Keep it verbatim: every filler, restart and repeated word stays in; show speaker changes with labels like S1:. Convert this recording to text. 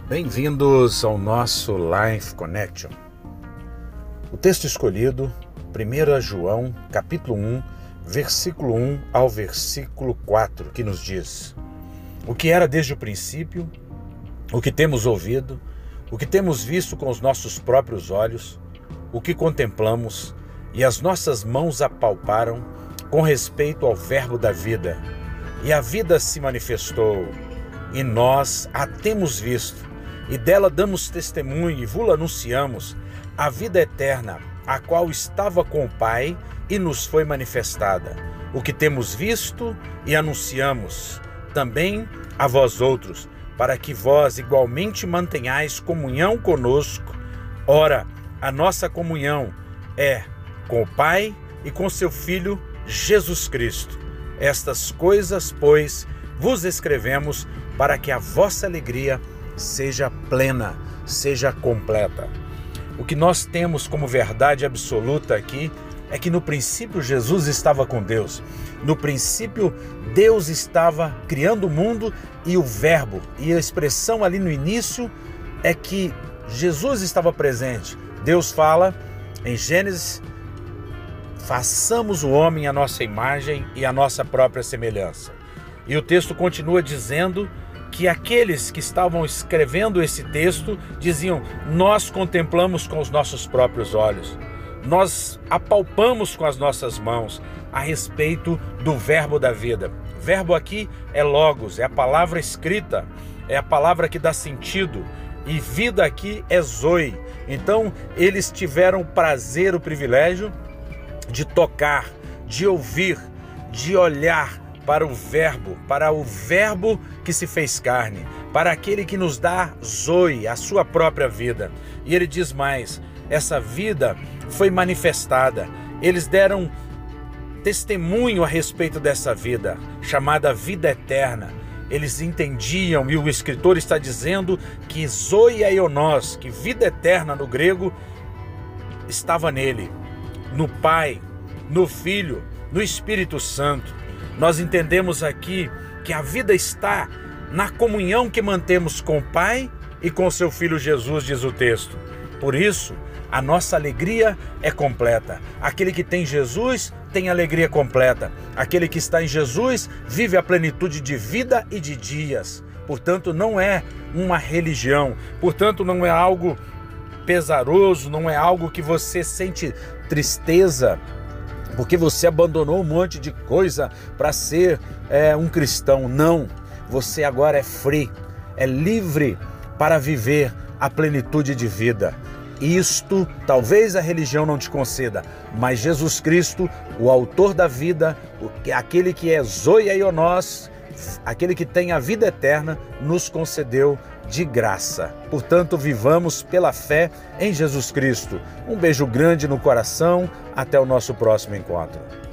S1: Bem-vindos ao nosso Life Connection. O texto escolhido, primeiro João, capítulo um, versículo um ao versículo quatro, que nos diz: o que era desde o princípio, o que temos ouvido, o que temos visto com os nossos próprios olhos, o que contemplamos e as nossas mãos apalparam com respeito ao verbo da vida. E a vida se manifestou, e nós a temos visto, e dela damos testemunho e vos anunciamos a vida eterna, a qual estava com o Pai e nos foi manifestada. O que temos visto e anunciamos também a vós outros, para que vós igualmente mantenhais comunhão conosco. Ora, a nossa comunhão é com o Pai e com seu Filho Jesus Cristo. Estas coisas, pois, vos escrevemos para que a vossa alegria seja plena, seja completa. O que nós temos como verdade absoluta aqui é que no princípio Jesus estava com Deus. No princípio Deus estava criando o mundo e o verbo, e a expressão ali no início é que Jesus estava presente. Deus fala em Gênesis: façamos o homem à nossa imagem e à nossa própria semelhança. E o texto continua dizendo que aqueles que estavam escrevendo esse texto diziam: nós contemplamos com os nossos próprios olhos, nós apalpamos com as nossas mãos a respeito do verbo da vida. Verbo aqui é logos, é a palavra escrita, é a palavra que dá sentido, e vida aqui é zoe. Então eles tiveram o prazer, o privilégio de tocar, de ouvir, de olhar para o verbo, para o verbo que se fez carne, para aquele que nos dá zoe, a sua própria vida. E ele diz mais: essa vida foi manifestada. Eles deram testemunho a respeito dessa vida, chamada vida eterna. Eles entendiam, e o escritor está dizendo que zoe aionós, que vida eterna no grego, estava nele, no Pai, no Filho, no Espírito Santo. Nós entendemos aqui que a vida está na comunhão que mantemos com o Pai e com seu Filho Jesus, diz o texto. Por isso, a nossa alegria é completa. Aquele que tem Jesus tem alegria completa. Aquele que está em Jesus vive a plenitude de vida e de dias. Portanto, não é uma religião. Portanto, não é algo pesaroso, não é algo que você sente tristeza porque você abandonou um monte de coisa para ser é, um cristão. Não, você agora é free, é livre para viver a plenitude de vida. Isto talvez a religião não te conceda, mas Jesus Cristo, o autor da vida, aquele que é zoe aionós, aquele que tem a vida eterna, nos concedeu de graça. Portanto, vivamos pela fé em Jesus Cristo. Um beijo grande no coração. Até o nosso próximo encontro.